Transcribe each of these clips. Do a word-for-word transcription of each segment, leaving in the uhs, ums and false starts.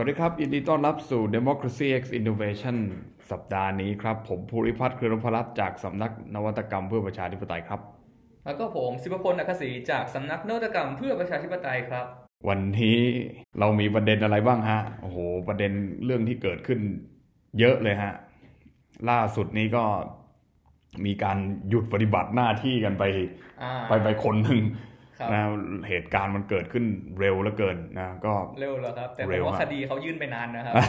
ดีครับยินดีต้อนรับสู่ Democracy X Innovation สัปดาห์นี้ครับผมภูริพัฒน์ เครือ นพรัตน์จากสำนักนวัตกรรมเพื่อประชาธิปไตยครับแล้วก็ผมศิวพล อัคคศรีจากสำนักนวัตกรรมเพื่อประชาธิปไตยครับวันนี้เรามีประเด็นอะไรบ้างฮะโอ้โหประเด็นเรื่องที่เกิดขึ้นเยอะเลยฮะล่าสุดนี้ก็มีการหยุดปฏิบัติหน้าที่กันไปไปไปคนหนึ่งนะเหตุการณ์มันเกิดขึ้นเร็วเหลือเกินนะก็เร็วแล้วครับแต่ผมว่าคดีเขายื่นไปนานนะครับ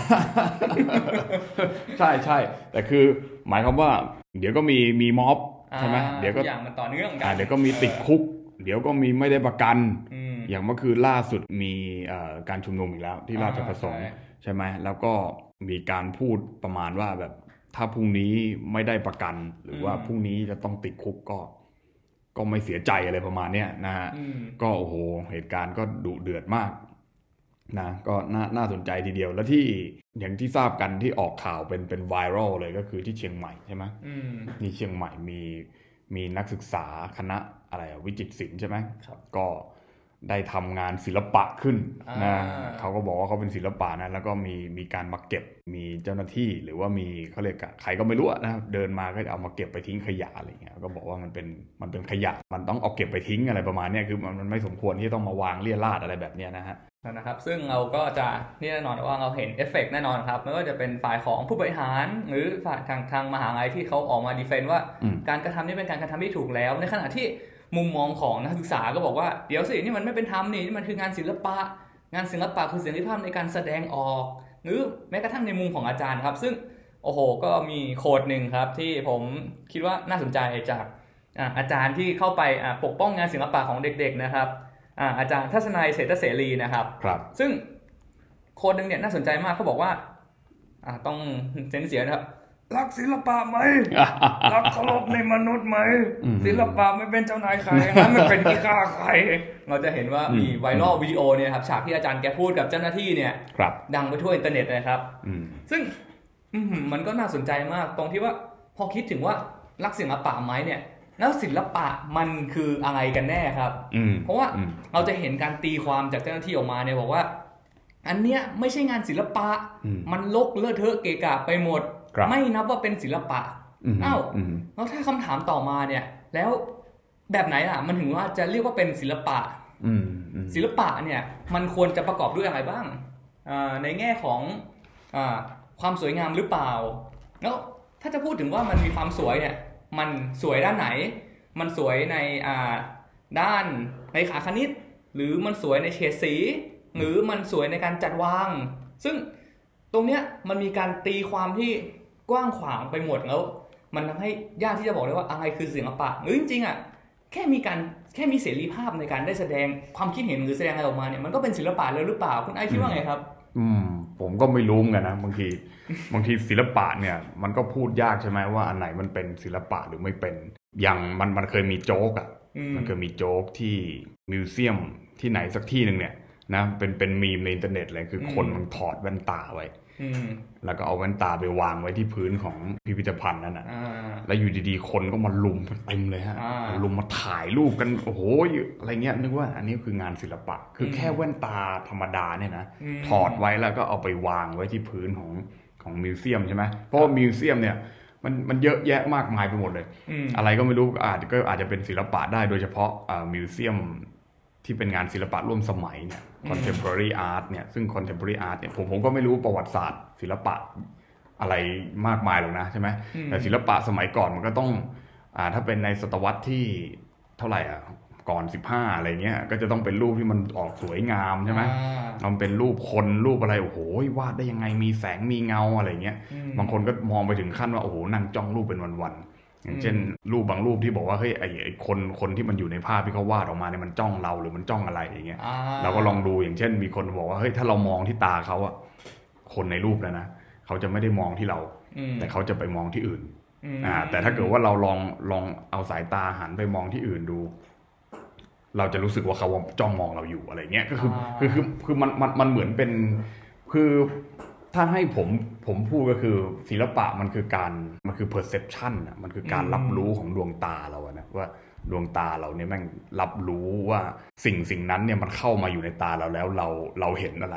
ใช่ใช่แต่คือหมายความว่าเดี๋ยวก็มีมีม็อบใช่ไหมเดี๋ยวก็อย่างมันต่อเนื่องกันเดี๋ยวก็มีติดคุกเดี๋ยวก็มีไม่ได้ประกันอย่างเมื่อคืนล่าสุดมีการชุมนุมอีกแล้วที่ราชประสงค์ใช่ไหมแล้วก็มีการพูดประมาณว่าแบบถ้าพรุ่งนี้ไม่ได้ประกันหรือว่าพรุ่งนี้จะต้องติดคุกก็ก็ไม่เสียใจอะไรประมาณเนี้ยนะฮะก็โอ้โหเหตุการณ์ก็ดุเดือดมากนะก็น่าน่าสนใจทีเดียวแล้วที่อย่างที่ทราบกันที่ออกข่าวเป็นเป็นไวรัลเลยก็คือที่เชียงใหม่ใช่ไหมนี่เชียงใหม่มีมีนักศึกษาคณะอะไรวิจิตรศิลป์ใช่ไหมก็ได้ทำงานศิลปะขึ้นนะเขาก็บอกว่าเขาเป็นศิลปะนะแล้วก็มีมีการมาเก็บมีเจ้าหน้าที่หรือว่ามีเขาเรียกใครก็ไม่รู้นะเดินมาก็เอามาเก็บไปทิ้งขยะอะไรเงี้ยก็บอกว่ามันเป็นมันเป็นขยะมันต้องเอาเก็บไปทิ้งอะไรประมาณนี้คือมันมันไม่สมควรที่ต้องมาวางเรี่ยราดอะไรแบบนี้นะฮะนะครับซึ่งเราก็จะนี่แน่นอนว่าเราเห็นเอฟเฟกต์แน่นอนครับไม่ว่าจะเป็นฝ่ายของผู้บริหารหรือฝ่ายทางทางมหาลัยที่เขาออกมาดีเฟนต์ว่าการกระทำนี้เป็นการกระทำที่ถูกแล้วในขณะที่มุมมองของนักศึกษาก็บอกว่าเดี๋ยวสินี่มันไม่เป็นธรรมนี่มันคืองานศิลปะงานศิลปะคือเสรีภาพในการแสดงออกหรือแม้กระทั่งในมุมของอาจารย์ครับซึ่งโอ้โหก็มีโค้ดหนึ่งครับที่ผมคิดว่าน่าสนใจจากอาจารย์ที่เข้าไปปกป้องงานศิลปะของเด็กๆนะครับอาจารย์ทัศนัยเศรษฐเสรีนะครับซึ่งโค้ดหนึ่งเนี่ยน่าสนใจมากเขาบอกว่าต้องเซ็นเสียนะครับรักศิลปะไหม รักเคารพในมนุษย์ไหม ศิลปะไม่เป็นเจ้านายใครนะไม่เป็นที่ฆ่าใครเราจะเห็นว่ามีไวรัลวิดีโอเนี่ยครับฉากที่อาจารย์แกพูดกับเจ้าหน้าที่เนี่ยดังไปทั่วอินเทอร์เน็ตเลยครับซึ่งมันก็น่าสนใจมากตรงที่ว่าพอคิดถึงว่ารักศิลปะไหมเนี่ยแล้วศิลปะมันคืออะไรกันแน่ครับเพราะว่าเราจะเห็นการตีความจากเจ้าหน้าที่ออกมาเนี่ยบอกว่าอันเนี้ยไม่ใช่งานศิลปะมันลกเลอะเทอะเกะกะไปหมดไม่นับว่าเป็นศิลปะอ้าวแล้วถ้าคำถามต่อมาเนี่ยแล้วแบบไหนล่ะมันถึงว่าจะเรียกว่าเป็นศิลปะศิลปะเนี่ยมันควรจะประกอบด้วยอะไรบ้างในแง่ของความสวยงามหรือเปล่าแล้วถ้าจะพูดถึงว่ามันมีความสวยเนี่ยมันสวยด้านไหนมันสวยในด้านในขาคณิตหรือมันสวยในเฉดสีหรือมันสวยในการจัดวางซึ่งตรงเนี้ยมันมีการตีความที่กว้างขวางไปหมดแล้วมันทำให้ยากที่จะบอกได้ว่าอะไรคือศิลปะหรือจริงๆอ่ะแค่มีการแค่มีเสรีภาพในการได้แสดงความคิดเห็นหรือแสดงอะไรออกมาเนี่ยมันก็เป็นศิลปะแล้วหรือเปล่าคุณไอคิดว่าไงครับอืมผมก็ไม่รู้เหมือนกันนะบางทีบางทีศิลปะเนี่ยมันก็พูดยากใช่ไหมว่าอันไหนมันเป็นศิลปะหรือไม่เป็นอย่างมันมันเคยมีโจ๊กอ่ะมันเคยมีโจ๊กที่มิวเซียมที่ไหนสักที่นึงเนี่ยนะเป็นเป็นมีมในอินเทอร์เน็ตเลยคือคนมันถอดแว่นตาไว้แล้วก็เอาแว่นตาไปวางไว้ที่พื้นของพิพิธภัณฑ์นั่นน่ะแล้วอยู่ดีๆคนก็มาลุมเต็มเลยฮะลุมมาถ่ายรูปกันโอ้โหอะไรเงี้ยนึกว่าอันนี้คืองานศิลปะคือแค่แว่นตาธรรมดาเนี่ยนะถอดไว้แล้วก็เอาไปวางไว้ที่พื้นของของมิวเซียมใช่ไหมเพราะว่ามิวเซียมเนี่ยมันมันเยอะแยะมากมายไปหมดเลยอะไรก็ไม่รู้อาจก็อาจจะเป็นศิลปะได้โดยเฉพาะอ่ามิวเซียมที่เป็นงานศิลปะร่วมสมัยเนี่ย contemporary art เนี่ยซึ่ง contemporary art เนี่ยผมผมก็ไม่รู้ประวัติศาสตร์ศิลปะอะไรมากมายหรอกนะใช่ไหมแต่ศิลปะสมัยก่อนมันก็ต้องอ่าถ้าเป็นในศตวรรษที่เท่าไหร่อ่ะก่อนสิบห้าอะไรเงี้ยก็จะต้องเป็นรูปที่มันออกสวยงามใช่ไหมมันเป็นรูปคนรูปอะไรโอ้โหวาดได้ยังไงมีแสงมีเงาอะไรเงี้ยบางคนก็มองไปถึงขั้นว่าโอ้โหนั่งจ้องรูปเป็นวันๆอย่างเช่นรูปบางรูปที่บอกว่าเฮ้ยไอ้ไอ้คนคนที่มันอยู่ในภาพที่เขาวาดออกมาเนี่ยมันจ้องเราหรือมันจ้องอะไรอย่างเงี้ยเราก็ลองดูอย่างเช่นมีคนบอกว่าเฮ้ยถ้าเรามองที่ตาเขาอะคนในรูปแล้วนะเขาจะไม่ได้มองที่เราแต่เขาจะไปมองที่อื่นอ่าแต่ถ้าเกิดว่าเราลองลองเอาสายตาหันไปมองที่อื่นดูเราจะรู้สึกว่าเขาจ้องมองเราอยู่อะไรเงี้ยก็คือคือคือคือมันมันมันเหมือนเป็นคือถ้าให้ผมผมพูดก็คือศิลปะมันคือการมันคือ perception อ่ะมันคือการรับรู้ของดวงตาเราอะนะว่าดวงตาเราเนี่ยแม่งรับรู้ว่าสิ่งสิ่งนั้นเนี่ยมันเข้ามาอยู่ในตาเราแล้วเราเราเห็นอะไร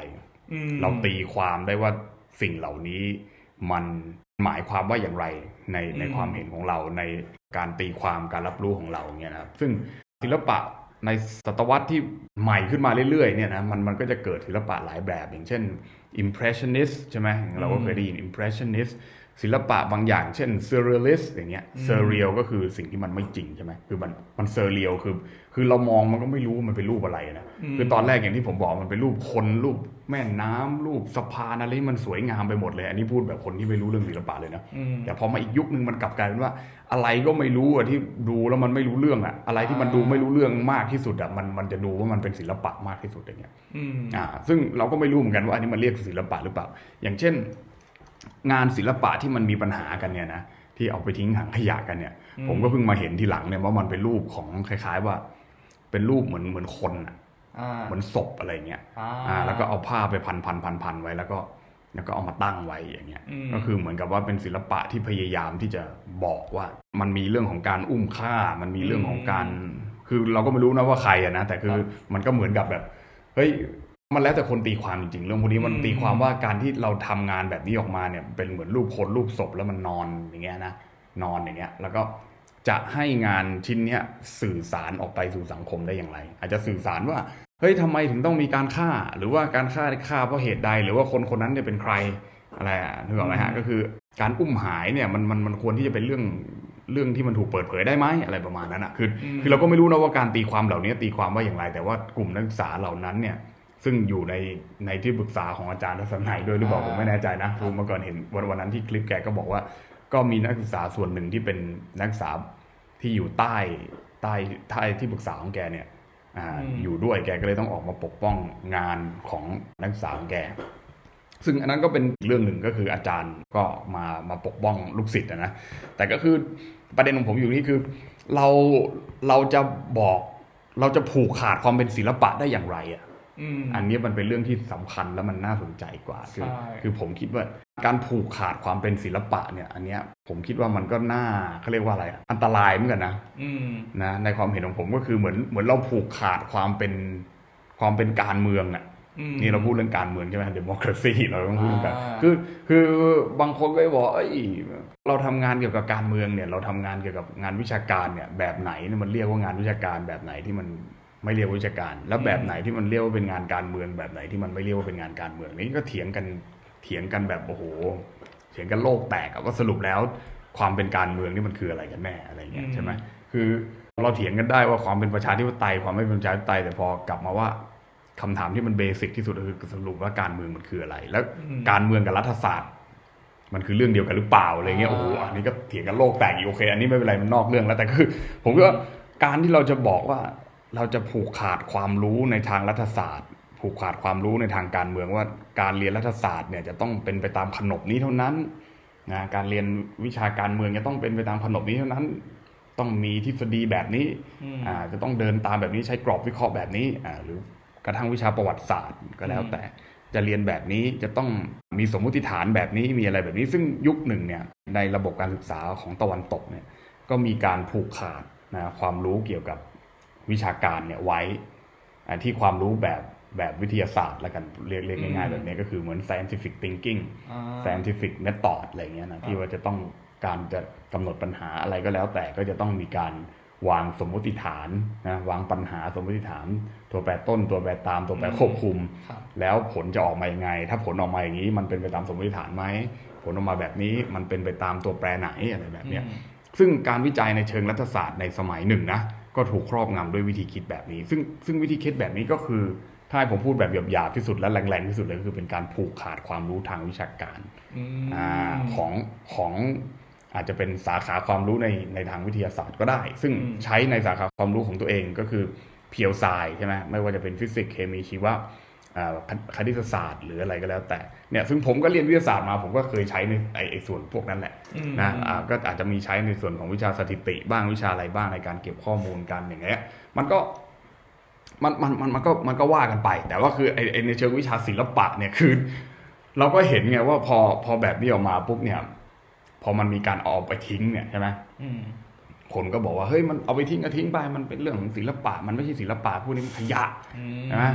เราตีความได้ว่าสิ่งเหล่านี้มันหมายความว่าอย่างไรในในความเห็นของเราในการตีความการรับรู้ของเราเนี่ยนะครับซึ่งศิลปะในศตวรรษที่ใหม่ขึ้นมาเรื่อยๆเนี่ยนะมันมันก็จะเกิดศิลปะหลายแบบอย่างเช่น impressionist ใช่ไหมเราก็เคยได้ยิน impressionist ศิลปะบางอย่างเช่น surrealist อย่างเงี้ย surreal ก็คือสิ่งที่มันไม่จริงใช่ไหมคือมันมัน surreal คือคือเรามองมันก็ไม่รู้มันเป็นรูปอะไรนะคือตอนแรกอย่างที่ผมบอกมันเป็นรูปคนรูปแม่น้ำรูปสะพานอะไรมันสวยงามไปหมดเลยอันนี้พูดแบบคนที่ไม่รู้เรื่องศิลปะเลยนะแต่พอมาอีกยุคนึงมันกลับกลายเป็นว่าอะไรก็ไม่รู้อ่ะที่ดูแล้วมันไม่รู้เรื่องอ่ะอะไรที่มันดูไม่รู้เรื่องมากที่สุดอ่ะมันมันจะดูว่ามันเป็นศิลปะมากที่สุดอย่างเงี้ยอ่าซึ่งเราก็ไม่รู้เหมือนกันว่าอันนี้มันเรียกศิลปะหรือเปล่าอย่างเช่นงานศิลปะที่มันมีปัญหากันเนี่ยนะที่เอาไปทิ้งถังขยะกันเนี่ยผมก็เพิ่งมาเห็นทีหลังเนี่ยว่ามันเป็นรูปของคล้ายๆว่าเป็นรูปเหมือนเหมือนคนอ่ะเหมือนศพอะไรเงี้ยอ่าแล้วก็เอาผ้าไปพันพันพันพันไว้แล้วก็แล้วก็เอามาตั้งไว้อย่างเงี้ยก็คือเหมือนกับว่าเป็นศิลปะที่พยายามที่จะบอกว่ามันมีเรื่องของการอุ้มฆ่ามันมีเรื่องของการคือเราก็ไม่รู้นะว่าใครอะนะแต่คือมันก็เหมือนกับแบบเฮ้ยมันแล้วแต่คนตีความจริงๆเรื่องพวกนี้มันตีความว่าการที่เราทำงานแบบนี้ออกมาเนี่ยเป็นเหมือนรูปคนรูปศพแล้วมันนอนอย่างเงี้ยนะนอนอย่างเงี้ยแล้วก็จะให้งานชิ้นเนี้ยสื่อสารออกไปสู่สังคมได้อย่างไรอาจจะสื่อสารว่าเฮ้ยทำไมถึงต้องมีการฆ่าหรือว่าการฆ่าฆ่าเพราะเหตุใดหรือว่าคนคนนั้นเนี่ยเป็นใครอะไรอ่ะนึกออกไหมฮะก็คือการอุ้มหายเนี่ยมันมันมันควรที่จะเป็นเรื่องเรื่องที่มันถูกเปิดเผยได้ไหมอะไรประมาณนั้นอ่ะคือคือเราก็ไม่รู้นะว่าการตีความเหล่านี้ตีความว่าอย่างไรแต่ว่ากลุ่มนักศึกษาเหล่านั้นเนี่ยซึ่งอยู่ในในที่ปรึกษาของอาจารย์ทัศนัยด้วยหรือเปล่าผมไม่แน่ใจนะคือเมื่อก่อนเห็นวันวันนั้นที่คลิปแกก็บอกว่าก็มีนักศึกษาส่วนหนึ่งที่เป็นนักศึกษาที่อยู่ใต้ใต้ใต้ที่ปรึกษาของแกเนี่ยอ่าอยู่ด้วยแกก็เลยต้องออกมาปกป้องงานของนักศึกษาของแกซึ่งอันนั้นก็เป็นเรื่องหนึ่งก็คืออาจารย์ก็มามาปกป้องลูกศิษย์นะแต่ก็คือประเด็นของผมอยู่นี่คือเราเราจะบอกเราจะผูกขาดความเป็นศิลปะได้อย่างไรอ่ะอันนี้มันเป็นเรื่องที่สำคัญและมันน่าสนใจกว่าคือคือผมคิดว่าการผูกขาดความเป็นศิลปะเนี่ยอันเนี้ยผมคิดว่ามันก็น่าเขาเรียกว่าอะไรอันตรายเหมือนกันนะนะในความเห็นของผมก็คือเหมือนเหมือนเราผูกขาดความเป็นความเป็นการเมืองอ่ะนี่เราพูดเรื่องการเมืองใช่ไหม democracy เราต้องพูดกันคือคือบางคนก็บอกเอ้ยเราทำงานเกี่ยวกับการเมืองเนี่ยเราทำงานเกี่ยวกับงานวิชาการเนี่ยแบบไหนเนี่ยมันเรียกว่างานวิชาการแบบไหนที่มันไม่เรียกวิชาการแล้วแบบไหนที่มันเรียกว่าเป็นงานการเมืองแบบไหนที่มันไม่เรียกว่าเป็นงานการเมืองนี่ก็เถียงกันเถียงกันแบบโอ้โหเถียงกันโลกแตกว่าสรุปแล้วความเป็นการเมืองนี่มันคืออะไรกันแน่อะไรเงี้ยใช่ไหมคือเราเถียงกันได้ว่าความเป็นประชาธิปไตยความไม่เป็นประชาธิปไตยแต่พอกลับมาว่าคำถามที่มันเบสิกที่สุดคือสรุปว่าการเมืองมันคืออะไรแล้วการเมืองกับรัฐศาสตร์มันคือเรื่องเดียวกันหรือเปล่าอะไรเงี้ยโอ้โหอันนี้ก็เถียงกันโลกแตกอีกโอเคอันนี้ไม่เป็นไรมันนอกเรื่องแล้วแต่คือผมว่าการที่เราจะบอกว่าเราจะผูกขาดความรู้ในทางรัฐศาสตร์ผูกขาดความรู้ในทางการเมืองว่าการเรียนรัฐศาสตร์เนี่ยจะต้องเป็นไปตามขนบนี้เท่านั้นนะการเรียนวิชาการเมืองจะต้องเป็นไปตามขนบนี้เท่านั้นต้องมีทฤษฎีแบบนี้อ่าจะต้องเดินตามแบบนี้ใช้กรอบวิเคราะห์แบบนี้อ่าหรือกระทั่งวิชาประวัติศาสตร์ก็แล้วแต่จะเรียนแบบนี้จะต้องมีสมมุติฐานแบบนี้มีอะไรแบบนี้ซึ่งยุคหนึ่งเนี่ยในระบบการศึกษาของตะวันตกเนี่ยก็มีการผูกขาดนะความรู้เกี่ยวกับวิชาการเนี่ยไว้ที่ความรู้แบบแบบวิทยาศาสตร์แล้วกันเรียกเรียกง่ายๆแบบนี้ก็คือเหมือน scientific thinking scientific method อะไรเงี้ยนะที่ว่าจะต้องการจะกำหนดปัญหาอะไรก็แล้วแต่ก็จะต้องมีการวางสมมติฐานนะวางปัญหาสมมติฐานตัวแปรต้นตัวแปรตามตัวแปรควบคุมแล้วผลจะออกมายังไงถ้าผลออกมาอย่างนี้มันเป็นไปตามสมมติฐานไหมผลออกมาแบบนี้มันเป็นไปตามตัวแปรไหนอะไรแบบนี้ซึ่งการวิจัยในเชิงรัฐศาสตร์ในสมัยหนึ่งนะก็ถูกครอบงำด้วยวิธีคิดแบบนี้ซึ่งซึ่งวิธีคิดแบบนี้ก็คือถ้าให้ผมพูดแบบหยาบๆที่สุดและแรงๆที่สุดเลยก็คือเป็นการผูกขาดความรู้ทางวิชาการอ่าของของอาจจะเป็นสาขาความรู้ในในทางวิทยาศาสตร์ก็ได้ซึ่งใช้ในสาขาความรู้ของตัวเองก็คือเพียวไซใช่ไหมไม่ว่าจะเป็นฟิสิกส์เคมีชีวะคณิตศาสตร์หรืออะไรก็แล้วแต่เนี่ยซึ่งผมก็เรียนวิทยาศาสตร์มาผมก็เคยใช้ในไอ้ส่วนพวกนั้นแหละนะก็อาจจะมีใช้ในส่วนของวิชาสถิติบ้างวิชาอะไรบ้างในการเก็บข้อมูลกันอย่างเงี้ยมันก็มันมันมันมันก็มันก็ว่ากันไปแต่ว่าคือไอ้ในเชิงวิชาศิลปะเนี่ยคือเราก็เห็นไงว่าพอพอแบบนี้ออกมาปุ๊บเนี่ยพอมันมีการเอาไปทิ้งเนี่ยใช่ไหมคนก็บอกว่าเฮ้ยมันเอาไปทิ้งก็ทิ้งไปมันเป็นเรื่องของศิลปะมันไม่ใช่ศิลปะพวกนี้มันขยะใช่ไหม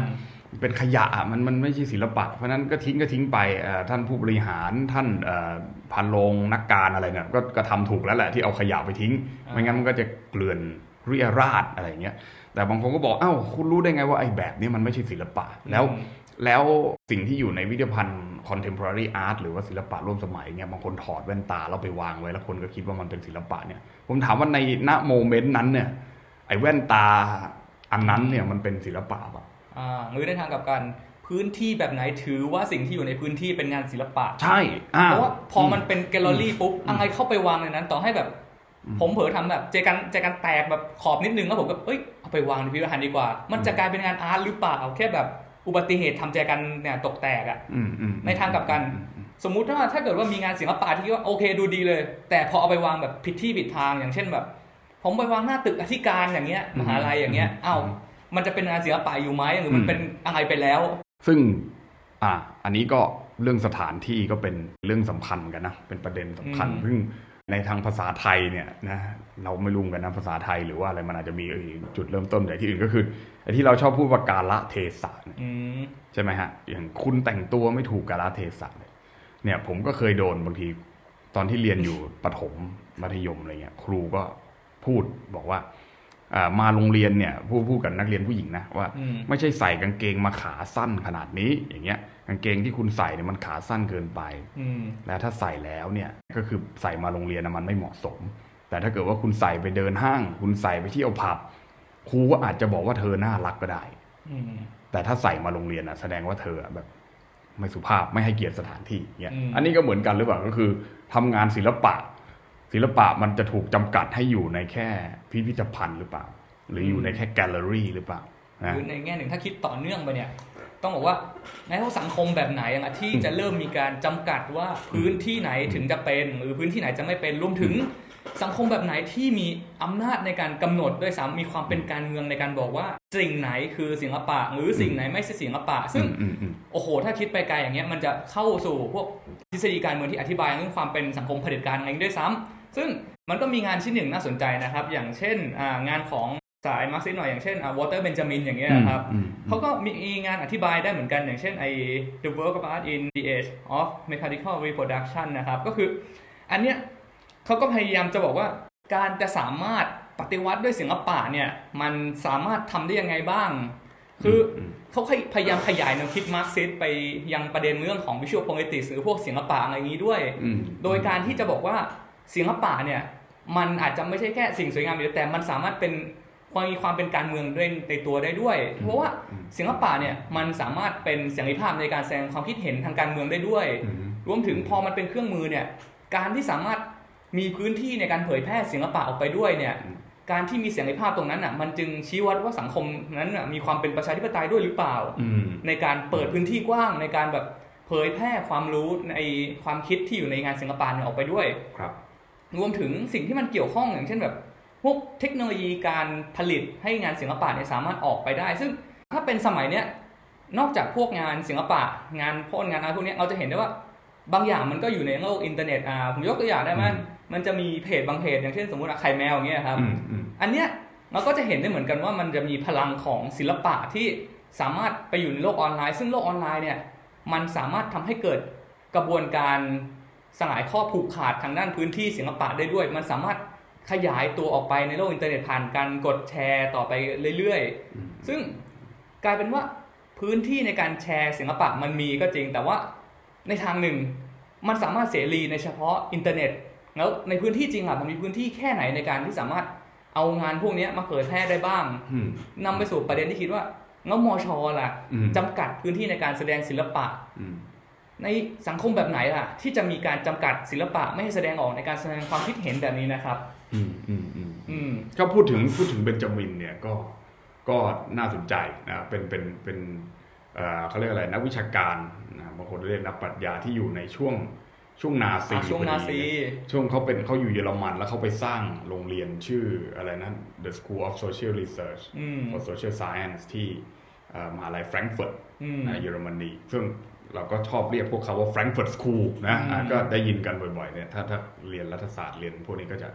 เป็นขยะมันมันไม่ใช่ศิลปะเพราะนั้นก็ทิ้งก็ทิ้งไปท่านผู้บริหารท่านพันโรงนักการอะไรเนี่ยก็ก็ทำถูกแล้วแหละที่เอาขยะไปทิ้งไม่งั้นมันก็จะเกลื่อนเรี่ยราดอะไรอย่างเงี้ยแต่บางคนก็บอกอ้าวคุณรู้ได้ไงว่าไอ้แบบนี้มันไม่ใช่ศิลปะแล้วแล้วสิ่งที่อยู่ในพิพิธภัณฑ์ contemporary art หรือว่าศิลปะร่วมสมัยเนี่ยบางคนถอดแว่นตาแล้วไปวางไว้แล้วคนก็คิดว่ามันเป็นศิลปะเนี่ยผมถามว่าในณโมเมนต์นั้นเนี่ยไอ้แว่นตาอันนั้นเนี่ยมันเป็นศิลปะป่ะอ่าหรือในทางกลับกันพื้นที่แบบไหนถือว่าสิ่งที่อยู่ในพื้นที่เป็นงานศิลปะใช่เพราะว่าพอมันเป็นแกลเลอรี่ปุ๊บอะไรเข้าไปวางในนั้นต่อให้แบบผมเผลอทำแบบเจกันเจกันแตกแบบขอบนิดนึงแล้วผมก็เอ้ยเอาไปวางในพิพิธภัณฑ์ดีกว่ามันจะกลายเป็นงานอาร์ตหรือเปล่าแค่แบบอุบัติเหตุทำแจกันเนี่ยตกแตกอ่ะในทางกลับกันสมมุติว่าถ้าเกิดว่ามีงานศิลปะที่ว่าโอเคดูดีเลยแต่พอเอาไปวางแบบผิดที่ผิดทางอย่างเช่นแบบผมไปวางหน้าตึกอธิการอย่างเงี้ยมหาลัยอย่างเงี้ยอ้าวมันจะเป็นงานศิลปะอยู่ไหมหรือมันเป็นอะไรไปแล้วซึ่งอ่าอันนี้ก็เรื่องสถานที่ก็เป็นเรื่องสำคัญกันนะเป็นประเด็นสำคัญซึ่งในทางภาษาไทยเนี่ยนะเราไม่รู้กันนะภาษาไทยหรือว่าอะไรมันอาจจะมีจุดเริ่มต้นจากที่อื่นก็คือไอ้ที่เราชอบพูดว่ากาลเทศะใช่ไหมฮะอย่างคุณแต่งตัวไม่ถูกกาลเทศะเนี่ยผมก็เคยโดนบางทีตอนที่เรียนอยู่ประถมมัธยมอะไรเงี้ยครูก็พูดบอกว่ามาโรงเรียนเนี่ยพูดพูดกับนักเรียนผู้หญิงนะว่าไม่ใช่ใส่กางเกงมาขาสั้นขนาดนี้อย่างเงี้ยกางเกงที่คุณใส่เนี่ยมันขาสั้นเกินไปแล้วถ้าใส่แล้วเนี่ยก็คือใส่มาโรงเรียนนะมันไม่เหมาะสมแต่ถ้าเกิดว่าคุณใส่ไปเดินห้างคุณใส่ไปเที่ยวผับครูก็อาจจะบอกว่าเธอน่ารักก็ได้แต่ถ้าใส่มาโรงเรียนอ่ะแสดงว่าเธอแบบไม่สุภาพไม่ให้เกียรติสถานที่เงี้ยอันนี้ก็เหมือนกันหรือเปล่าก็คือทำงานศิลปะศิลปะมันจะถูกจำกัดให้อยู่ในแค่พิพิธภัณฑ์หรือเปล่าหรืออยู่ในแค่แกลเลอรี่หรือเปล่าหรือในแง่หนึ่งถ้าคิดต่อเนื่องไปเนี่ยต้องบอกว่าในสังคมแบบไหนอ่ะที่จะเริ่มมีการจำกัดว่าพื้นที่ไหนถึงจะเป็นหรือพื้นที่ไหนจะไม่เป็นรวมถึงสังคมแบบไหนที่มีอำนาจในการกำหนดด้วยซ้ำมีความเป็นการเมืองในการบอกว่าสิ่งไหนคือศิลปะหรือสิ่งไหนไม่ใช่ศิลปะซึ่งโอ้โหถ้าคิดไปไกลอย่างเงี้ยมันจะเข้าสู่พวกทฤษฎีการเมืองที่อธิบายเรื่องความเป็นสังคมเผด็จการอะไรด้วยซ้ำซึ่งมันก็มีงานชิ้นหนึ่งน่าสนใจนะครับอย่างเช่นงานของสายมาร์กซิสต์หน่อยอย่างเช่นวอเตอร์เบนจามินอย่างเงี้ยนะครับเขาก็มีงานอธิบายได้เหมือนกันอย่างเช่นไอ้ The Work of Art in the Age of Mechanical Reproduction นะครับก็คืออันเนี้ยเขาก็พยายามจะบอกว่าการจะสามารถปฏิวัติด้วยศิลปะเนี่ยมันสามารถทำได้ยังไงบ้างคือเขาพยายามขยายแนวคิดมาร์กซิสต์ไปยังประเด็นเรื่องของ Visual Poetics หรือพวกศิลปะอะไรอย่างนี้ด้วยโดยการที่จะบอกว่าศิลปะเนี่ยมันอาจจะไม่ใช่แค่สิ่งสวยงามเดียวแต่มันสามารถเป็นความมีความเป็นการเมืองด้วยในตัวได้ด้วยเพราะว่าศิลปะเนี่ยมันสามารถเป็นเสรีภาพในการแสดงความคิดเห็นทางการเมืองได้ด้วยรวมถึงพอมันเป็นเครื่องมือเนี่ยการที่สามารถมีพื้นที่ในการเผยแพร่ศิลปะออกไปด้วยเนี่ยการที่มีเสรีภาพตรงนั้นอ่ะมันจึงชี้วัดว่าสังคมนั้นอ่ะมีความเป็นประชาธิปไตยด้วยหรือเปล่าในการเปิดพื้นที่กว้างในการแบบเผยแพร่ความรู้ในความคิดที่อยู่ในงานศิลปะเนี่ยออกไปด้วยครับรวมถึงสิ่งที่มันเกี่ยวข้องอย่างเช่นแบบพวกเทคโนโลยีการผลิตให้งานศิลปะเนี่ยสามารถออกไปได้ซึ่งถ้าเป็นสมัยเนี้ยนอกจากพวกงานศิลปะงานพ่นงานอะไรพวกนี้เราจะเห็นได้ว่าบางอย่างมันก็อยู่ในโลกอินเทอร์เน็ตอ่าผมยกตัวอย่างได้ไหมมันจะมีเพจบางเพจอย่างเช่นสมมติไข่แมวอย่างเงี้ยครับอันเนี้ยเราก็จะเห็นได้เหมือนกันว่ามันจะมีพลังของศิลปะที่สามารถไปอยู่ในโลกออนไลน์ซึ่งโลกออนไลน์เนี่ยมันสามารถทำให้เกิดกระบวนการสลายข้อผูกขาดทางด้านพื้นที่ศิลปะได้ด้วยมันสามารถขยายตัวออกไปในโลกอินเทอร์เน็ตผ่านการกดแชร์ต่อไปเรื่อยๆซึ่งกลายเป็นว่าพื้นที่ในการแชร์ศิลปะมันมีก็จริงแต่ว่าในทางหนึ่งมันสามารถเสรีในเฉพาะอินเทอร์เน็ตแล้วในพื้นที่จริงอ่ะมันมีพื้นที่แค่ไหนในการที่สามารถเอางานพวกนี้มาเผยแพร่ได้บ้างนำไปสู่ประเด็นที่คิดว่าแล้วมช.ล่ะจำกัดพื้นที่ในการแสดงศิลปะในสังคมแบบไหนล่ะที่จะมีการจำกัดศิลปะไม่ให้แสดงออกในการแสดงความคิดเห็นแบบนี้นะครับอืมอืมอืมอืมก็พูดถึงพูดถึงเบนจามินเนี่ยก็ก็น่าสนใจนะเป็นเป็นเป็นเอ่อเขาเรียกอะไรนักวิชาการนะบางคนเรียกนักปรัชญาที่อยู่ในช่วงช่วงนาซีช่วงนาซีช่วงเขาเป็นเขาอยู่เยอรมันแล้วเขาไปสร้างโรงเรียนชื่ออะไรนะ The School of Social Research for Social Science ที่มหาลัยแฟรงก์เฟิร์ตในเยอรมนีซึ่งเราก็ชอบเรียกพวกเขาว่า Frankfurt School นะก็ได้ยินกันบ่อยๆเนี่ยถ้าถ้าเรียนรัฐศาสตร์เรียนพวกนี้ก็จะ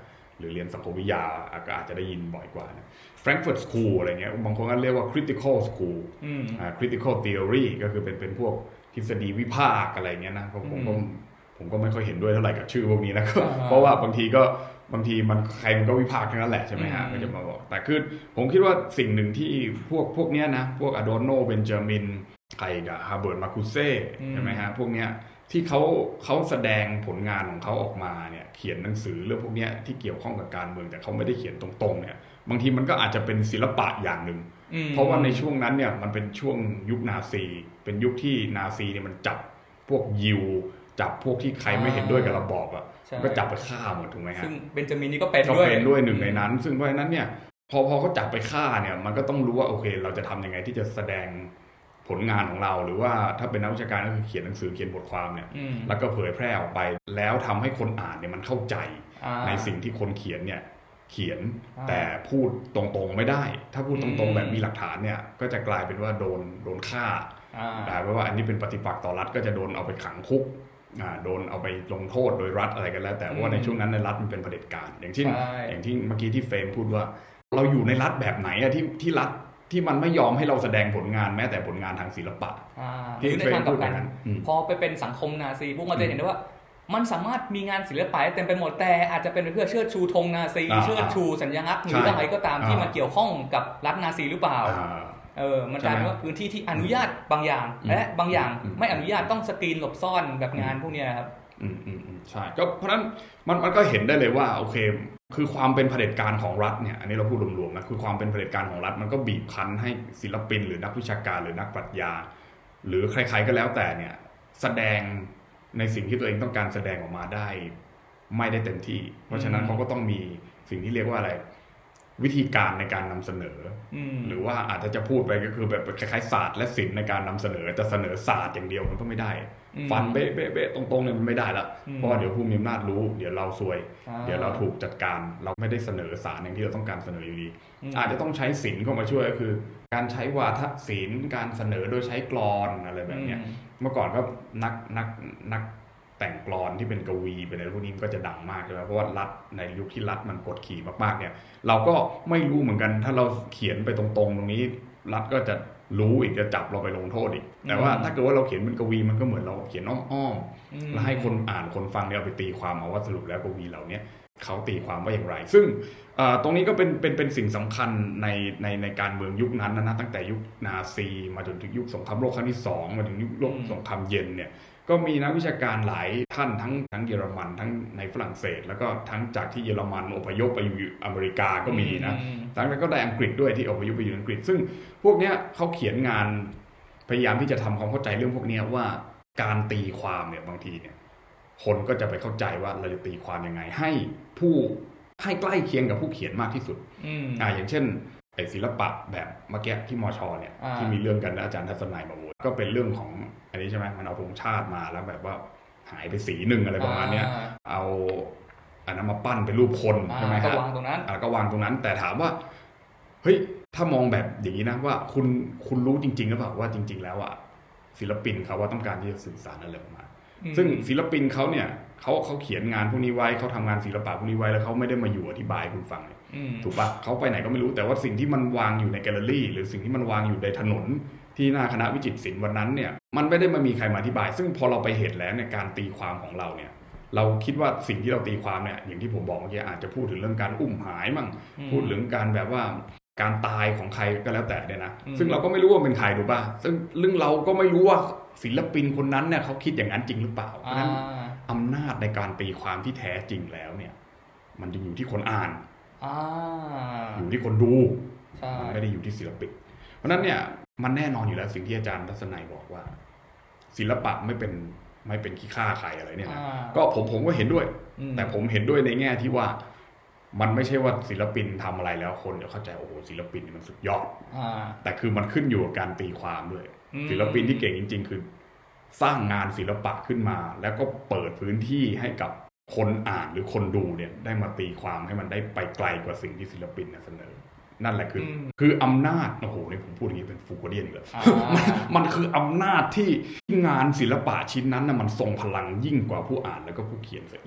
หรือเรียนสังคมวิทยาก็อาจจะได้ยินบ่อยกว่านะ Frankfurt School อะไรเงี้ยบางคนก็เรียกว่า critical school อ่า critical theory ก็คือเป็นเป็นพวกทฤษฎีวิพากษ์อะไรเงี้ยนะผมก็ผมก็ไม่ค่อยเห็นด้วยเท่าไหร่กับชื่อพวกนี้นะเพราะว่าบางทีก็บางทีมันใครมันก็วิพากษ์ทั้งนั้นแหละใช่ไหมฮะก็จะมาบอกแต่คือผมคิดว่าสิ่งหนึ่งที่พวกพวกเนี้ยนะพวกอโดโนเบนจามินใครกับฮาร์เบิร์ตมาคูเซ่ใช่ไหมฮะพวกเนี้ยที่เขาเขาแสดงผลงานของเขาออกมาเนี่ยเขียนหนังสือเรื่องพวกเนี้ยที่เกี่ยวข้องกับการเมืองแต่เขาไม่ได้เขียนตรงๆเนี่ยบางทีมันก็อาจจะเป็นศิลปะอย่างหนึ่งเพราะว่าในช่วงนั้นเนี่ยมันเป็นช่วงยุคนาซีเป็นยุคที่นาซีเนี่ยมันจับพวกยิวจับพวกที่ใครไม่เห็นด้วยกับระบอบอ่ะก็จับไปฆ่าหมดถูกไหมฮะซึ่งเบนจามินนี่ก็เป็นด้วยก็เป็นด้วยหนึ่งในนั้นซึ่งเพราะฉะนั้นเนี่ยพอพอเขาจับไปฆ่าเนี่ยมันก็ต้องรู้ว่าโอเคเราจะทำยังไงที่จะแสดงผลงานของเราหรือว่าถ้าเป็นนักวิชาการก็คือเขียนหนังสือเขียนบทความเนี่ยแล้วก็เผยแพร่ออกไปแล้วทำให้คนอ่านเนี่ยมันเข้าใจในสิ่งที่คนเขียนเนี่ยเขียนแต่พูดตรงๆไม่ได้ถ้าพูดตรงๆแบบมีหลักฐานเนี่ยก็จะกลายเป็นว่าโดนโดนฆ่าได้เพราะว่าอันนี้เป็นปฏิปักษ์ต่อรัฐก็จะโดนเอาไปขังคุกโดนเอาไปลงโทษโดยรัฐอะไรกันแล้วแต่ว่าในช่วงนั้นในรัฐมันเป็นเผด็จการอย่างที่อย่างที่เมื่อกี้ที่เฟรมพูดว่าเราอยู่ในรัฐแบบไหนอะที่ที่รัฐที่มันไม่ยอมให้เราแสดงผลงานแม้แต่ผลงานทางศิลปะที่ในทางกลับกันพอไปเป็นสังคมนาซีพวกเราจะเห็นได้ว่ามันสามารถมีงานศิลปะเต็มไปหมดแต่อาจจะเป็นเพื่อเชิดชูธงนาซีเชิดชูสัญลักษณ์หรืออะไรก็ตามที่มันเกี่ยวข้องกับรัฐนาซีหรือเปล่าเออมันกลายเป็นว่าพื้นที่ที่อนุญาตบางอย่างและบางอย่างไม่อนุญาตต้องสกรีนหลบซ่อนแบบงานพวกนี้นะครับอืมอืมอืมใช่ก็เพราะฉะนั้นมันมันก็เห็นได้เลยว่าโอเคคือความเป็นเผด็จการของรัฐเนี่ยอันนี้เราพูดรวมๆนะคือความเป็นเผด็จการของรัฐมันก็บีบคั้นให้ศิลปินหรือนักวิชาการหรือนักปรัชญาหรือใครๆก็แล้วแต่เนี่ยแสดงในสิ่งที่ตัวเองต้องการแสดงออกมาได้ไม่ได้เต็มที่เพราะฉะนั้นเขาก็ต้องมีสิ่งที่เรียกว่าอะไรวิธีการในการนำเสนอหรือว่าอาจจะจะพูดไปก็คือแบบคล้ายๆศาสตร์และศิลป์ในการนำเสนอจะเสนอศาสตร์อย่างเดียวมันก็ไม่ได้ฟันเบ๊ะเบ๊ะเบ๊ะตรงๆเนี่ยมันไม่ได้ละเพราะเดี๋ยวผู้มีอำนาจรู้เดี๋ยวเราซวยเดี๋ยวเราถูกจัดการเราไม่ได้เสนอสารอย่างที่เราต้องการเสนออยู่ดีอาจจะต้องใช้ศิลป์เข้ามาช่วยก็คือการใช้วาทศิลป์การเสนอโดยใช้กลอนอะไรแบบเนี้ยเมื่อก่อนก็นักนักนักแต่งกลอนที่เป็นกวีเป็นอะไรพวกนี้ก็จะดังมากใช่ไหมเพราะว่ารัฐในยุคที่รัฐมันกดขี่มากๆเนี่ยเราก็ไม่รู้เหมือนกันถ้าเราเขียนไปตรงๆตรงนี้รัฐก็จะรู้อีกจะจับเราไปลงโทษอีกแต่ว่าถ้าเกิดว่าเราเขียนเป็นกวีมันก็เหมือนเราเขียนอ้อมๆแล้วให้คนอ่านคนฟังเนี่ยเอาไปตีความเอาว่าสรุปแล้วกวีเหล่านี้เขาตีความว่าอย่างไรซึ่งตรงนี้ก็เป็นเป็นเป็นสิ่งสำคัญในในในการเมืองยุคนั้นนะตั้งแต่ยุคนาซีมาจนถึงยุคสงครามโลกครั้งที่สองมาถึงยุคโลกสงครามเย็นเนี่ยก็มีนักวิชาการหลายท่านทั้งทั้งเยอรมันทั้งในฝรั่งเศสแล้วก็ทั้งจากที่เยอรมันอพยพไปอยู่อเมริกาก็มีนะทั้งนั้นก็ได้อังกฤษด้วยที่อพยพไปอยู่อังกฤษซึ่งพวกเนี้ยเขาเขียนงานพยายามที่จะทำความเข้าใจเรื่องพวกนี้ว่าการตีความเนี่ยบางทีเนี่ยคนก็จะไปเข้าใจว่าเราจะตีความยังไงให้ผู้ให้ใกล้เคียงกับผู้เขียนมากที่สุดอ่าอย่างเช่นไอ้ศิลปะแบบเมื่อกี้ที่มชเนี่ยที่มีเรื่องกันอาจารย์ทัศนัยมาบอกก็เป็นเรื่องของอันนี้ใช่ไหมมันเอาธงชาติมาแล้วแบบว่าหายไปสีหนึ่งอะไรประมาณนี้เอาอันนั้นมาปั้นเป็นรูปคนใช่ไหมครับก็วางตรงนั้นก็วางตรงนั้นแต่ถามว่าเฮ้ยถ้ามองแบบอย่างนี้นะว่าคุณคุณรู้จริงๆหรือเปล่าว่าจริงๆแล้วอ่ะศิลปินเขาว่าต้องการที่จะสื่อสารอะไรออกมาซึ่งศิลปินเขาเนี่ยเขาเขาเขียนงานพวกนี้ไว้เขาทำงานศิลปะพวกนี้ไว้แล้วเขาไม่ได้มาอยู่อธิบายคุณฟังถูกปะเขาไปไหนก็ไม่รู้แต่ว่าสิ่งที่มันวางอยู่ในแกลเลอรี่หรือสิ่งที่มันวางอยู่ในถนนที่หน้าคณะวิจิตรศิลป์วันนั้นเนี่ยมันไม่ได้มามีใครมาอธิบายซึ่งพอเราไปเห็นแล้วในการตีความของเราเนี่ยเราคิดว่าสิ่งที่เราตีความเนี่ยอย่างที่ผมบอกเมื่อกี้อาจจะพูดถึงเรื่องการอุ้มหายมั่งพูดถึงการแบบว่าการตายของใครก็แล้วแต่เนี่ยนะซึ่งเราก็ไม่รู้ว่าเป็นใครถูกป่ะซึ่งเรื่องเราก็ไม่รู้ว่าศิลปินคนนั้นเนี่ยเขาคิดอย่างนั้นจริงหรือเปล่าเพราะฉะนั้นอำนาจในการตีความที่แท้จริงแล้วเนี่ยมันจะอยู่ที่คนอ่านอยู่ที่คนดูไม่ได้อยู่ที่ศิลปินเพราะนั้นเนี่ยมันแน่นอนอยู่แล้วสิ่งที่อาจารย์ทัศนัยบอกว่าศิลปะไม่เป็นไม่เป็นขี้ข้าใครอะไรเนี่ยนะก็ผมผมก็เห็นด้วยแต่ผมเห็นด้วยในแง่ที่ว่ามันไม่ใช่ว่าศิลปินทำอะไรแล้วคนจะเข้าใจโอ้โหศิลปินมันสุดยอดแต่คือมันขึ้นอยู่กับการตีความด้วยศิลปินที่เก่งจริงๆคือสร้างงานศิลปะขึ้นมาแล้วก็เปิดพื้นที่ให้กับคนอ่านหรือคนดูเนี่ยได้มาตีความให้มันได้ไปไกลกว่าสิ่งที่ศิลปินเสนอนั่นแหละคือคืออำนาจโอ้โหนี่ผมพูดอย่างนี้เป็นฟูโกเดียนอีกแล้วมันคืออำนาจที่งานศิลปะชิ้นนั้นน่ะมันทรงพลังยิ่งกว่าผู้อ่านแล้วก็ผู้เขียนซะอีก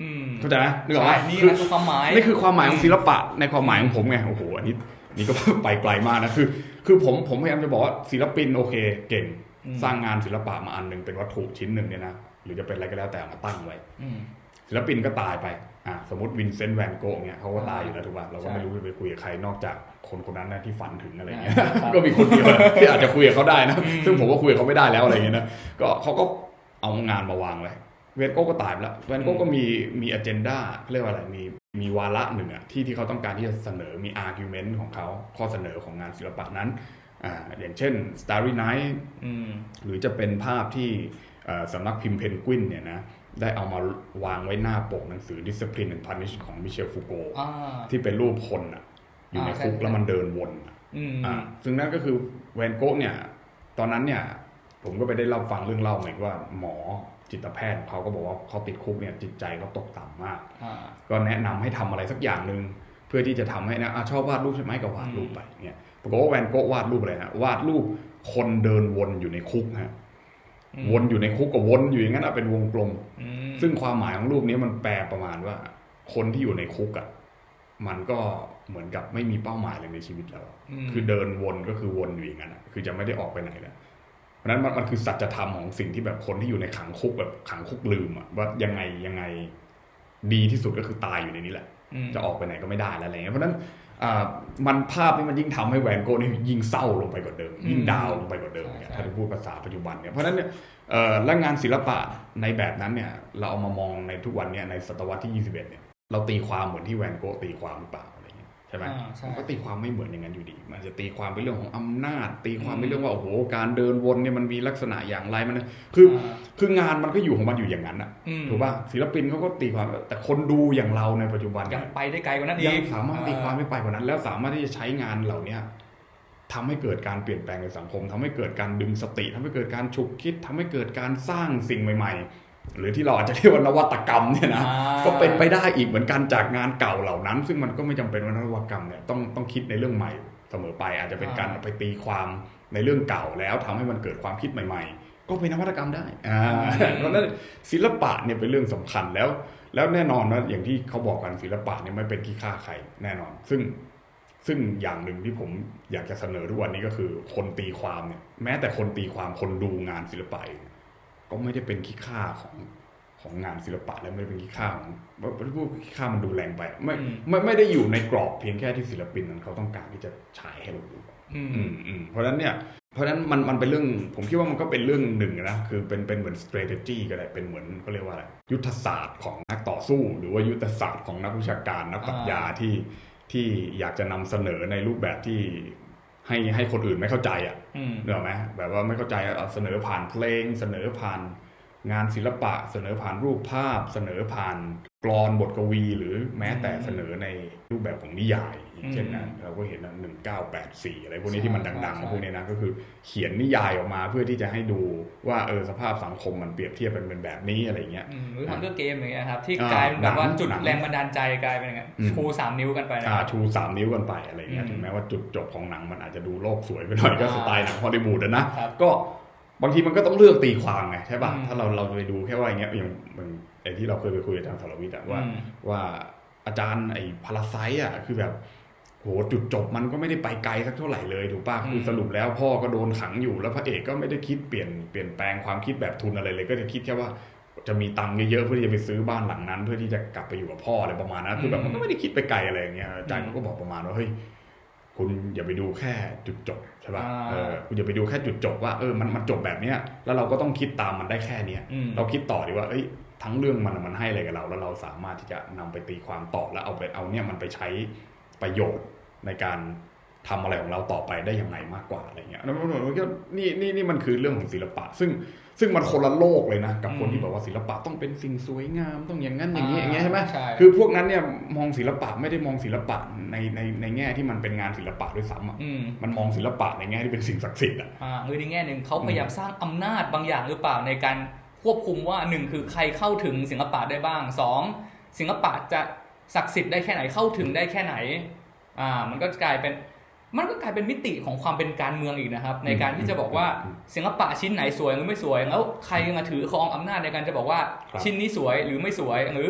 เข้าใจไหมนึกออกไหมนี่คือความหมายนี่คือความหมายของศิลปะในความหมายของผมไงโอ้โหอันนี้นี่ก็ไปไกลมากนะคือคือผมผมพยายามจะบอกว่าศิลปินโอเคเก่งสร้างงานศิลปะมาอันนึงเป็นวัตถุชิ้นหนึ่งเนี่ยนะหรือจะเป็นอะไรก็แล้วแต่มาตั้งไว้ศิลปินก็ตายไปอ่ะสมมติวินเซนต์แวนโกะเนี่ยเขาก็ตายอยู่แล้วถูกป่ะเราก็ไม่รู้จะไปคุยกับใครนอกจากคนคนนั้นนะที่ฝันถึงอะไรเงี้ยก็มีคนเดียวที่อาจจะคุยกับเขาได้นะซึ่งผมก็คุยกับเขาไม่ได้แล้วอะไรเงี้ยนะก็เขาก็เอางานมาวางไว้แวนโกะก็ตายไปแล้วแวนโกะก็มีมีอเจนดาเรียกว่าอะไรมีมีวาระหนึ่งอ่ะที่ที่เขาต้องการที่จะเสนอมีอาร์กิวเมนต์ของเขาข้อเสนอของงานศิลปะนั้นอ่าอย่างเช่น Starry Night หรือจะเป็นภาพที่สำนักพิมพ์เพนกวินเนี่ยนะได้เอามาวางไว้หน้าปกหนังสือ Discipline and Punish ของมิเชลฟูโกที่เป็นรูปคนอ่ะอยู่ในคุกแล้วมันเดินวนอ่าซึ่งนั่นก็คือแวนโกะเนี่ยตอนนั้นเนี่ยผมก็ไปได้เล่าฟังเรื่องเล่าเหมือนว่าหมอจิตแพทย์เขาก็บอกว่าเขาติดคุกเนี่ยจิตใจเขาตกต่ำมากก็แนะนำให้ทำอะไรสักอย่างนึงเพื่อที่จะทำให้นะชอบวาดรูปใช่ไหมก็วาดรูปไปเนี่ยปรากฏว่าแวนโกะวาดรูปอะไรฮะวาดรูปคนเดินวนอยู่ในคุกฮะวนอยู่ในคุกก็วนอยู่อย่างนั้นเป็นวงกลมซึ่งความหมายของรูปนี้มันแปลประมาณว่าคนที่อยู่ในคุกอ่ะมันก็เหมือนกับไม่มีเป้าหมายอะไรในชีวิตแล้วคือเดินวนก็คือวนอยู่อย่างนั้นคือจะไม่ได้ออกไปไหนแล้วเพราะนั้นมันคือสัจธรรมของสิ่งที่แบบคนที่อยู่ในขังคุกแบบขังคุกลืมอ่ะว่ายังไงยังไงดีที่สุดก็คือตายอยู่ในนี้แหละจะออกไปไหนก็ไม่ได้แล้วอะไรเงี้ยเพราะนั้นมันภาพนี้มันยิ่งทำให้แวนโกะนี่ยิ่งเศร้าลงไปกว่าเดิมยิ่งดาวลงไปกว่าเดิมถ้าจะพูดภาษาปัจจุบันเนี่ยเพราะนั้นเนี่ยและงานศิลปะในแบบนั้นเนี่ยเราเอามามองในทุกวันเนี่ยในศตวรรษที่ยี่สิบเอ็ดเนี่ยเราตีความเหมือนที่แวนโกะตีความหรือเปล่าอะไรเงี้ยใช่ไหมมันก็ตีความไม่เหมือนอย่างนั้นอยู่ดีมันจะตีความเป็นเรื่องของอำนาจตีความเป็นเรื่องว่าโอ้โหการเดินวนเนี่ยมันมีลักษณะอย่างไรมันคือคืองานมันก็อยู่ของมันอยู่อย่างนั้นอ่ะถูกป่ะศิลปินเขาก็ตีความแต่คนดูอย่างเราในปัจจุบันยังไปได้ไกลกว่านั้นอีกยังสามารถตีความไม่ไปกว่านั้นแล้วสามารถที่จะใช้งานเหล่านี้ทำให้เกิดการเปลี่ยนแปลงในสังคมทำให้เกิดการดึงสติทำให้เกิดการฉุกคิดทำให้เกิดการสร้างสิ่งใหม่ๆหรือที่เราอาจจะเรียกว่านวัตกรรมเนี่ยนะก็เป็นไปได้อีกเหมือนกันจากงานเก่าเหล่านั้นซึ่งมันก็ไม่จำเป็นว่านวัตกรรมเนี่ยต้องต้องคิดในเรื่องใหม่เสมอไปอาจจะเป็นการไปตีความในเรื่องเก่าแล้วทำให้มันเกิดความคิดใหม่ๆก็เป็นนวัตกรรมได้อ่าเพราะฉะนั้นศิลปะเนี่ยเป็นเรื่องสำคัญแล้วแล้วแน่นอนนะอย่างที่เขาบอกกันศิลปะเนี่ยไม่เป็นขี้ข้าใครแน่นอนซึ่งซึ่งอย่างหนึ่งที่ผมอยากจะเสนอทุกวันนี้ก็คือคนตีความเนี่ยแม้แต่คนตีความคนดูงานศิลปะก็ไม่ได้เป็นขี้ข้าของของงานศิลปะและไม่ได้เป็นขี้ข้าของพวกขี้ข้ามันดูแรงไปไม่ไม่ไม่ได้อยู่ในกรอบเพียงแค่ที่ศิลปินนั้นเขาต้องการที่จะฉายให้เราดูอืมอืมเพราะฉะนั้นเนี่ยเพราะฉะนั้นมันมันเป็นเรื่องผมคิดว่ามันก็เป็นเรื่องหนึ่งนะคือเป็นเป็นเหมือน strategy ก็ได้เป็นเหมือนเขาเรียกว่าอะไรยุทธศาสตร์ของนักต่อสู้หรือว่ายุทธศาสตร์ของนักวิชาการนักปรัชญาที่ที่อยากจะนำเสนอในรูปแบบที่ให้ให้คนอื่นไม่เข้าใจอ่ะเนอะไหมแบบว่าไม่เข้าใจเสนอผ่านเพลงเสนอผ่านงานศิลปะเสนอผ่านรูปภาพเสนอผ่านกลอนบทกวีหรือแม้แต่เสนอในรูปแบบของนิยายเช่นนั้นเราก็เห็นนะหนึ่งเก้าแปดสี่อะไรพวกนี้ที่มันดังๆพวกนี้นะก็คือเขียนนิยายออกมาเพื่อที่จะให้ดูว่าเออสภาพสังคมมันเปรียบเทียบเป็นแบบนี้อะไรเงี้ยหรือทำเรื่องเกมอย่างเงี้ยครับที่กลายเป็นแบบว่าจุดแรงบันดาลใจกลายเป็นอย่างเงี้ยชูสามนิ้วกันไปนะชูสามนิ้วกันไปอะไรเงี้ยถึงแม้ว่าจุดจบของหนังมันอาจจะดูโลกสวยไปหน่อยก็สไตล์หนังฮอลลีวูดนะก็บางทีมันก็ต้องเลือกตีความไงใช่ป่ะถ้าเราเราไปดูแค่ว่าอย่างเงี้ยอย่างมันไอ้ที่เราเคยไปคุยกับอาจารย์สรวิทย์ว่าว่าอาจารย์ไอ้พาราไซต์อ่ะคือแบบโหจุดจบมันก็ไม่ได้ไปไกลสักเท่าไหร่เลยถูกป่ะคือสรุปแล้วพ่อก็โดนขังอยู่แล้วพระเอกก็ไม่ได้คิดเปลี่ยนเปลี่ยนแปลงความคิดแบบทุนอะไรเลยก็จะคิดแค่ว่าจะมีตังค์เยอะๆเพื่อที่จะไปซื้อบ้านหลังนั้นเพื่อที่จะกลับไปอยู่กับพ่ออะไรประมาณนั้นคือแบบมันก็ไม่ได้คิดไปไกลอะไรอย่างเงี้ยอาจารย์ก็บอกประมาณว่าเฮ้ยคุณอย่าไปดูแค่จุดจบใช่ป่ะเออคุณอย่าไปดูแค่จุดจบว่าเออมันมันจบแบบเนี้ยแล้วเราก็ต้องคิดตามมันได้แค่เนี้ยเราคิดต่อดีว่าเอ้ยทั้งเรื่องมันมันให้อะไรกับเราแล้วเราสามารถที่จะนำไปตีความต่อแล้วเอาไปเอาเนี่ยมันไปใช้ประโยชน์ในการทำอะไรของเราต่อไปได้ยังไงมากกว่าอะไรเงี้ยแล้วมันก็นี่นี่นี่มันคือเรื่องของศิลปะซึ่งซึ่งมันคนละโลกเลยนะกับคนที่บอกว่าศิลปะต้องเป็นสิ่งสวยงามต้องอย่างนั้นอย่างนี้อย่างเงี้ยใช่ไหมคือพวกนั้นเนี่ยมองศิลปะไม่ได้มองศิลปะในในในแง่ที่มันเป็นงานศิลปะด้วยซ้ำอ่ะมันมองศิลปะในแง่ที่เป็นสิ่งศักดิ์สิทธิ์อ่ะหรือในแง่นึงเขาพยายามสร้างอำนาจบางอย่างหรือเปล่าในการควบคุมว่าหนึ่งคือใครเข้าถึงศิลปะได้บ้างสองศิลปะจะศักดิ์สิทธิ์ได้แค่ไหนเข้าถึงได้แค่ไหนอ่ามันก็กลายเป็นมันก็กลายเป็นมิติของความเป็นการเมืองอีกนะครับในการที่จะบอกว่าศิลปะชิ้นไหนสวยหรือไม่สวยแล้วใครมาถือครองอำนาจในการจะบอกว่าชิ้นนี้สวยหรือไม่สวยหรือ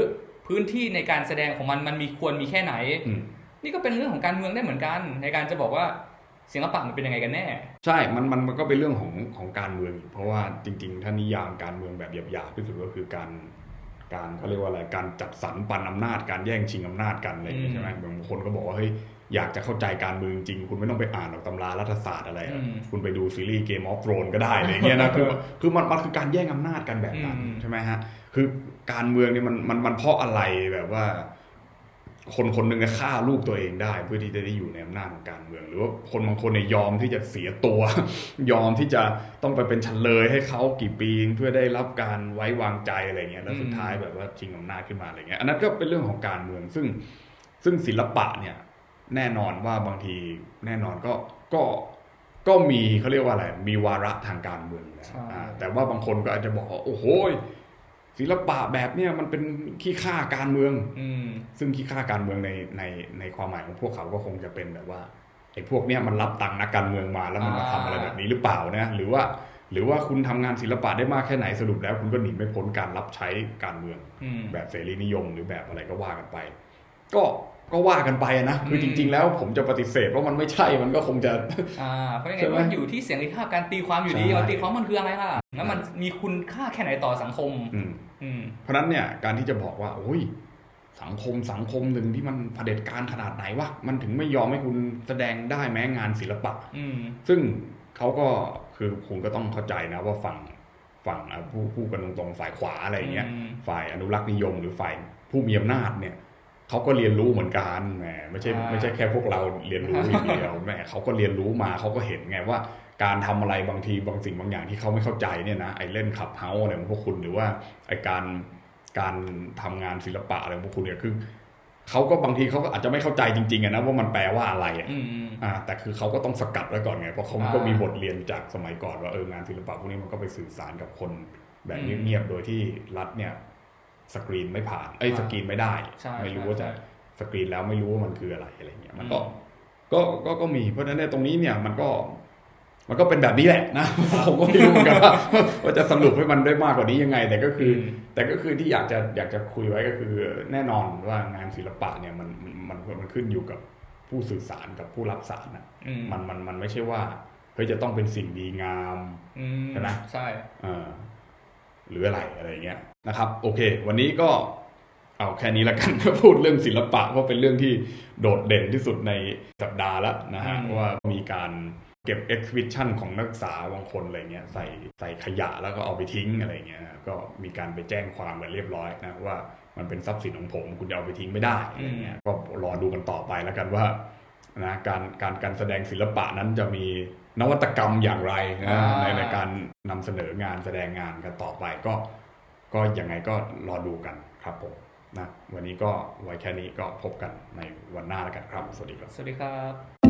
พื้นที่ในการแสดงของมันมันมีควรมีแค่ไหนนี่ก็เป็นเรื่องของการเมืองได้เหมือนกันในการจะบอกว่าศิลปะมันเป็นยังไงกันแน่ใช่มันมันมันก็เป็นเรื่องของของการเมืองเพราะว่าจริงๆถ้านิยามการเมืองแบบหยาบๆที่สุดก็คือการการเขาเรียกว่าอะไรการจัดสรรปันอำนาจการแย่งชิงอำนาจกันอะไรอย่างเงี้ยใช่ไหมบางคนก็บอกว่าเฮ้ยอยากจะเข้าใจการเมืองจริงคุณไม่ต้องไปอ่านหรอกตำรารัฐศาสตร์อะไรคุณไปดูซีรีส์เกมออฟโธรนก็ได้อะไรเงี้ยนะคือคือมันมันคือการแย่งอำนาจกันแบบนั้นใช่ไหมฮะคือการเมืองเนี่ยมันมันมันเพราะอะไรแบบว่าคนคนหนึ่งฆ่าลูกตัวเองได้เพื่อที่จะได้อยู่ในอำนาจของการเมืองหรือว่าคนบางคนเนี่ยยอมที่จะเสียตัวยอมที่จะต้องไปเป็นเฉลยให้เขากี่ปีเพื่อได้รับการไว้วางใจอะไรเงี้ยแล้วสุดท้ายแบบว่าชิงอำนาจขึ้นมาอะไรเงี้ยอันนั้นก็เป็นเรื่องของการเมืองซึ่งซึ่งศิลปะเนี่ยแน่นอนว่าบางทีแน่นอนก็ก็ก็มีเขาเรียกว่าอะไรมีวาระทางการเมืองนะแต่ว่าบางคนก็อาจจะบอกว่าโอ้โหศิลปะแบบเนี้ยมันเป็นขี้ข้าการเมืองซึ่งขี้ข้าการเมืองในในในความหมายของพวกเขาก็คงจะเป็นแบบว่าไอ้พวกเนี้ยมันรับตังค์นักการเมืองมาแล้วมันมาทำอะไรแบบนี้หรือเปล่านะหรือว่าหรือว่าคุณทำงานศิลปะได้มากแค่ไหนสรุปแล้วคุณก็หนีไม่พ้นการรับใช้การเมืองแบบเสรีนิยมหรือแบบอะไรก็ว่ากันไปก็ก็ว่ากันไปนะคือจริงๆแล้วผมจะปฏิเสธว่ามันไม่ใช่มันก็คงจะอ่าเพราะยังไงมันอยู่ที่เสียงภาพการตีความอยู่ดีว่าตีความมันคืออะไรล่ะแล้วมันมีคุณค่าแค่ไหนต่อสังคมเพราะนั้นเนี่ยการที่จะบอกว่าโอ้ยสังคมสังคมหนึ่งที่มันเผด็จการขนาดไหนวะมันถึงไม่ยอมให้คุณแสดงได้แม้งานศิลปะซึ่งเขาก็คือคุณก็ต้องเข้าใจนะว่าฝั่งฝั่งผู้ผู้กันตรงๆฝ่ายขวาอะไรเงี้ยฝ่ายอนุรักษ์นิยมหรือฝ่ายผู้มีอำนาจเนี่ยเขาก็เรียนรู้เหมือนกันแหมไม่ใช่ไม่ใช่แค่พวกเราเรียนรู้อย่างเดียวแหมเขาก็เรียนรู้มาเขาก็เห็นไงว่าการทำอะไรบางทีบางสิ่งบางอย่างที่เขาไม่เข้าใจเนี่ยนะไอ้เล่นขับเฮาอะไรของพวกคุณหรือว่าไอ้การการทำงานศิลปะอะไรของพวกคุณเนี่ยคือเขาก็บางทีเขาก็อาจจะไม่เข้าใจจริงๆนะว่ามันแปลว่าอะไรอ่าแต่คือเขาก็ต้องสกัดไว้ก่อนไงเพราะเขาก็มีบทเรียนจากสมัยก่อนว่าเอองานศิลปะพวกนี้มันก็ไปสื่อสารกับคนแบบเงียบๆโดยที่รัฐเนี่ยสกรีนไม่ผ่านไอ้สกรีนไม่ได้ไม่รู้ว่าจะสกรีนแล้วไม่รู้ว่ามันคืออะไรอะไรเงี้ยมันก็ก็ก็ก็มีเพราะฉะนั้นในตรงนี้เนี่ยมันก็มันก็เป็นแบบนี้แหละนะผมก็ไม่รู้เหมือนกันว่าว่าจะสรุปให้มันได้มากกว่านี้ยังไงแต่ก็คือแต่ก็คือที่อยากจะอยากจะคุยไว้ก็คือแน่นอนว่างานศิลปะเนี่ยมันมันมันขึ้นอยู่กับผู้สื่อสารกับผู้รับสารนะมันมันมันไม่ใช่ว่าเฮ้ยจะต้องเป็นสิ่งดีงามใช่ไหมใช่หรืออะไรอะไรเงี้ยนะครับโอเควันนี้ก็เอาแค่นี้ละกันพูดเรื่องศิลปะเพราะเป็นเรื่องที่โดดเด่นที่สุดในสัปดาห์แล้วนะฮะว่ามีการเก็บ exhibition ของนักศึกษาบางคนอะไรเงี้ยใส่ใส่ขยะแล้วก็เอาไปทิ้งอะไรเงี้ยก็มีการไปแจ้งความกันเรียบร้อยนะว่ามันเป็นทรัพย์สินของผมคุณจะเอาไปทิ้งไม่ได้อะไรเงี้ยก็รอดูกันต่อไปแล้วกันว่านะการการการแสดงศิลปะนั้นจะมีนวัตกรรมอย่างไรนะในในการนำเสนองานแสดงงานกันต่อไปก็ก็ยังไงก็รอดูกันครับผมนะวันนี้ก็ไว้แค่นี้ก็พบกันในวันหน้าแล้วกันครับสวัสดีครับสวัสดีครับ